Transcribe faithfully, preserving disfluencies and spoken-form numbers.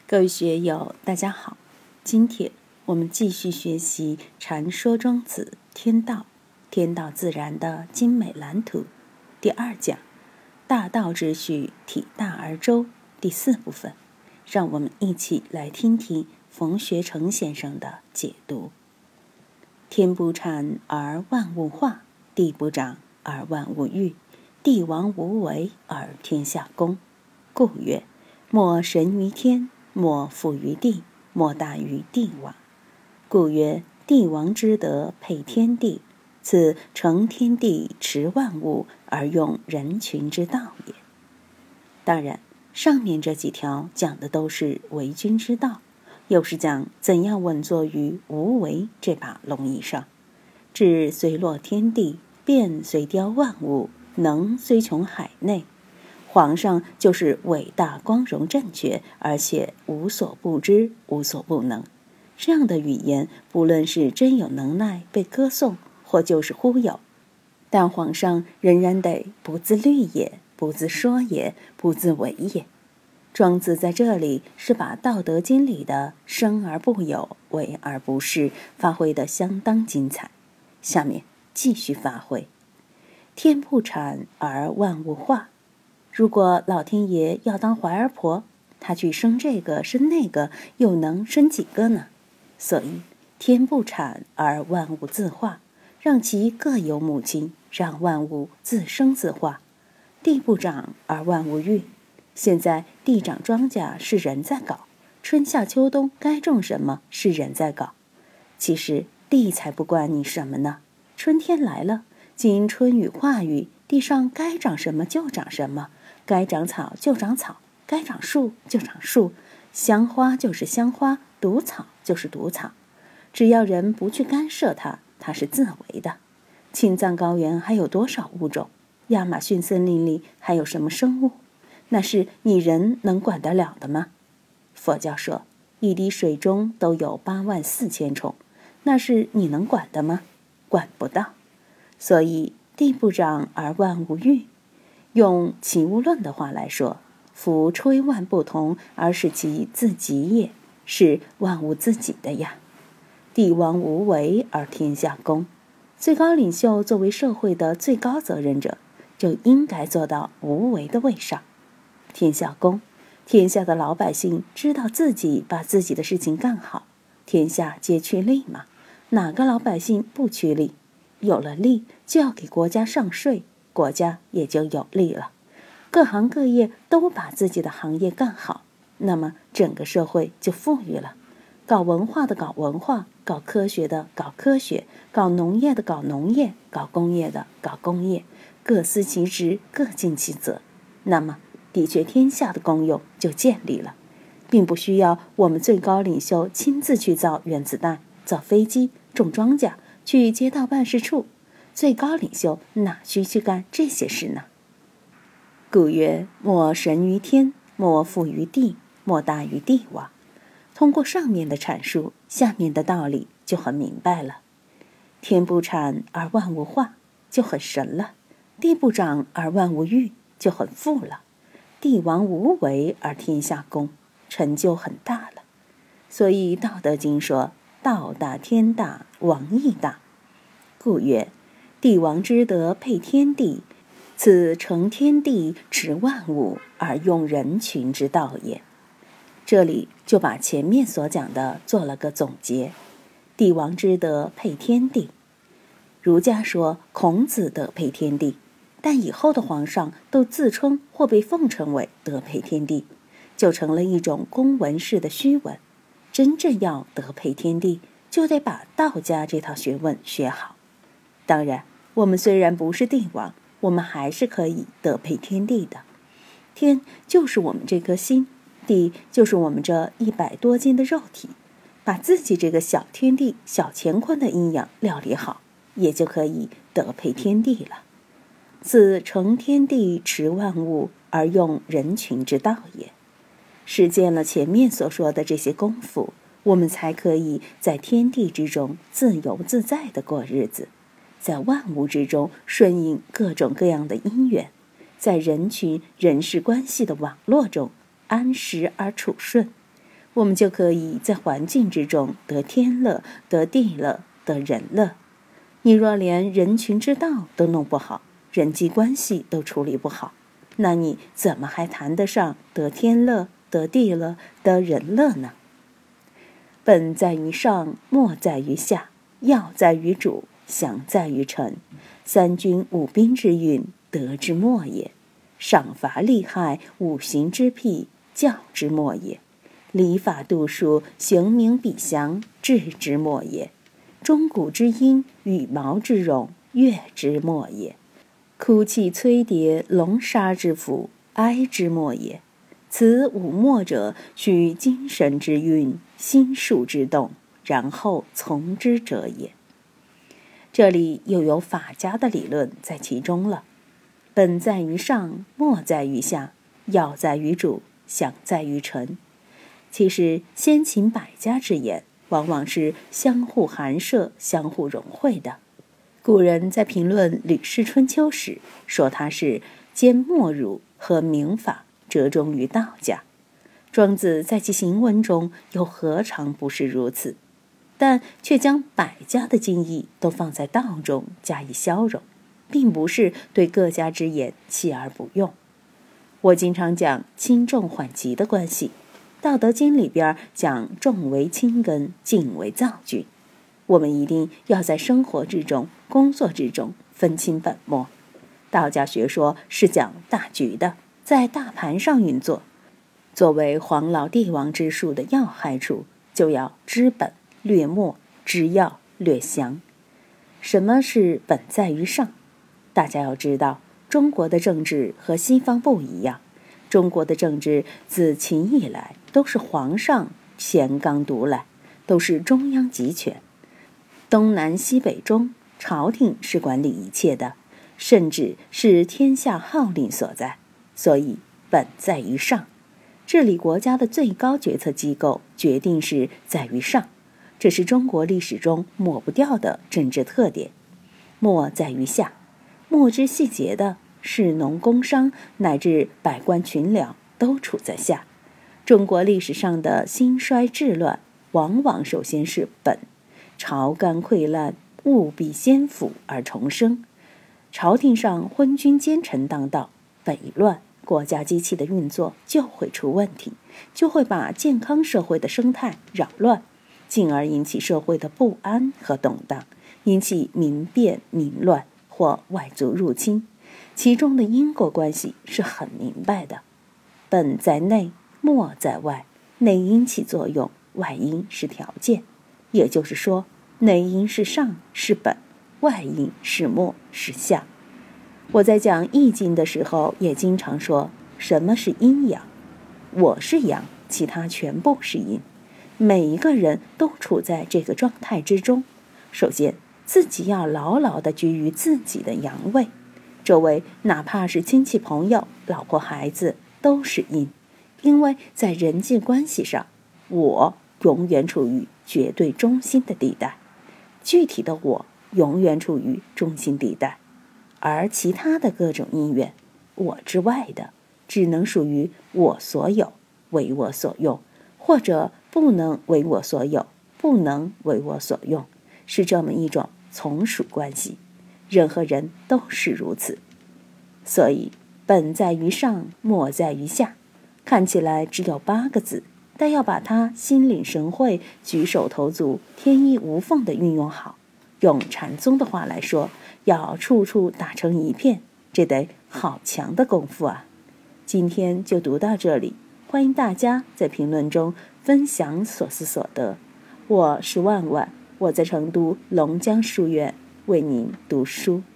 各位学友大家好，今天我们继续学习《禅说庄子天道》天道自然的精美蓝图第二讲大道之序体大而周第四部分，让我们一起来听听冯学成先生的解读。天不产而万物化，地不长而万物育，帝王无为而天下公。故曰：莫神于天，莫富于地，莫大于帝王。故曰：帝王之德配天地，此成天地持万物而用人群之道也。当然，上面这几条讲的都是为君之道，又是讲怎样稳坐于无为这把龙椅上，智虽落天地，变虽雕万物，能虽穷海内。皇上就是伟大光荣正确，而且无所不知，无所不能。这样的语言，不论是真有能耐被歌颂，或就是忽悠，但皇上仍然得不自律也，不自说也，不自为也。庄子在这里是把《道德经》里的生而不有，为而不恃发挥得相当精彩。下面继续发挥。天不产而万物化。如果老天爷要当怀儿婆，他去生这个生那个，又能生几个呢？所以天不产而万物自化，让其各有母亲，让万物自生自化。地不长而万物育，现在地长庄稼是人在搞，春夏秋冬该种什么是人在搞。其实地才不管你什么呢，春天来了，经春雨化雨，地上该长什么就长什么，该长草就长草，该长树就长树，香花就是香花，毒草就是毒草，只要人不去干涉它，它是自为的。青藏高原还有多少物种？亚马逊森林里还有什么生物？那是你人能管得了的吗？佛教说一滴水中都有八万四千虫，那是你能管的吗？管不到。所以地不长而万物育，用齐物论的话来说，夫吹万不同而使其自己也，是万物自己的呀。帝王无为而天下公，最高领袖作为社会的最高责任者，就应该做到无为的位上。天下公，天下的老百姓知道自己把自己的事情干好，天下皆趋利嘛，哪个老百姓不趋利？有了利，就要给国家上税，国家也就有利了。各行各业都把自己的行业干好，那么整个社会就富裕了。搞文化的搞文化，搞科学的搞科学，搞农业的搞农业，搞工业的搞工业，各司其职，各尽其责。那么的确天下的功用就建立了，并不需要我们最高领袖亲自去造原子弹，造飞机，种庄稼，去街道办事处。最高领袖哪需去干这些事呢？故曰：莫神于天，莫富于地，莫大于帝王。通过上面的阐述，下面的道理就很明白了。天不产而万物化，就很神了；地不长而万物育，就很富了；帝王无为而天下公，成就很大了。所以《道德经》说：道大天大，王亦大。故曰：帝王之德配天地，此成天地持万物而用人群之道也。这里就把前面所讲的做了个总结。帝王之德配天地，儒家说孔子德配天地，但以后的皇上都自称或被奉承为德配天地，就成了一种公文式的虚文。真正要德配天地，就得把道家这套学问学好。当然，我们虽然不是帝王，我们还是可以德配天地的。天就是我们这颗心，地就是我们这一百多斤的肉体，把自己这个小天地、小乾坤的阴阳料理好，也就可以德配天地了。此成天地持万物而用人群之道也。实践了前面所说的这些功夫，我们才可以在天地之中自由自在地过日子，在万物之中顺应各种各样的因缘，在人群人事关系的网络中安实而处顺。 我们就可以在环境之中得天乐、得地乐、得人乐。你若连人群之道都弄不好，人际关系都处理不好，那你怎么还谈得上得天乐、得地乐、得人乐呢？本在于上，末在于下，要在于主，祥在于臣。三军五兵之运，德之末也；赏罚利害，五行之辟，教之末也；礼法度数，刑名比详，治之末也；钟鼓之音，羽毛之容，乐之末也；哭泣摧蝶，龙沙之福，哀之末也。此五末者，须精神之运，心术之动，然后从之者也。这里又有法家的理论在其中了。本在于上，末在于下，要在于主，祥在于臣。其实先秦百家之言，往往是相互含摄、相互融汇的。古人在评论《吕氏春秋》时，说它是兼末儒和明法，折中于道家。庄子在其行文中又何尝不是如此？但却将百家的精义都放在道中加以消融，并不是对各家之言弃而不用。我经常讲轻重缓急的关系，道德经里边讲重为轻根，静为躁菌。我们一定要在生活之中、工作之中分清本末。道家学说是讲大局的，在大盘上运作。作为黄老帝王之术的要害处，就要知本略末，知要略详。什么是本在于上？大家要知道，中国的政治和西方不一样。中国的政治自秦以来都是皇上乾纲独揽，都是中央集权。东南西北中，朝廷是管理一切的，甚至是天下号令所在。所以本在于上，治理国家的最高决策机构决定是在于上。这是中国历史中抹不掉的政治特点。末在于下，末之细节的士农工商乃至百官群僚都处在下。中国历史上的兴衰治乱，往往首先是本，朝干溃烂，务必先腐而重生。朝廷上昏君奸臣当道，本一乱，国家机器的运作就会出问题，就会把健康社会的生态扰乱，进而引起社会的不安和动荡，引起民变民乱或外族入侵。其中的因果关系是很明白的。本在内，末在外，内因起作用，外因是条件。也就是说，内因是上是本，外因是末是下。我在讲易经的时候也经常说，什么是阴阳？我是阳，其他全部是阴。每一个人都处在这个状态之中。首先，自己要牢牢地居于自己的阳位，周围哪怕是亲戚朋友、老婆孩子都是阴，因为在人际关系上，我永远处于绝对中心的地带，具体的我永远处于中心地带，而其他的各种因缘，我之外的，只能属于我所有，为我所用，或者不能为我所有，不能为我所用，是这么一种从属关系。任何人都是如此。所以本在于上，末在于下，看起来只有八个字，但要把它心领神会，举手投足，天衣无缝地运用好。用禅宗的话来说，要处处打成一片，这得好强的功夫啊！今天就读到这里，欢迎大家在评论中分享所思所得。我是万万，我在成都龙江书院为您读书。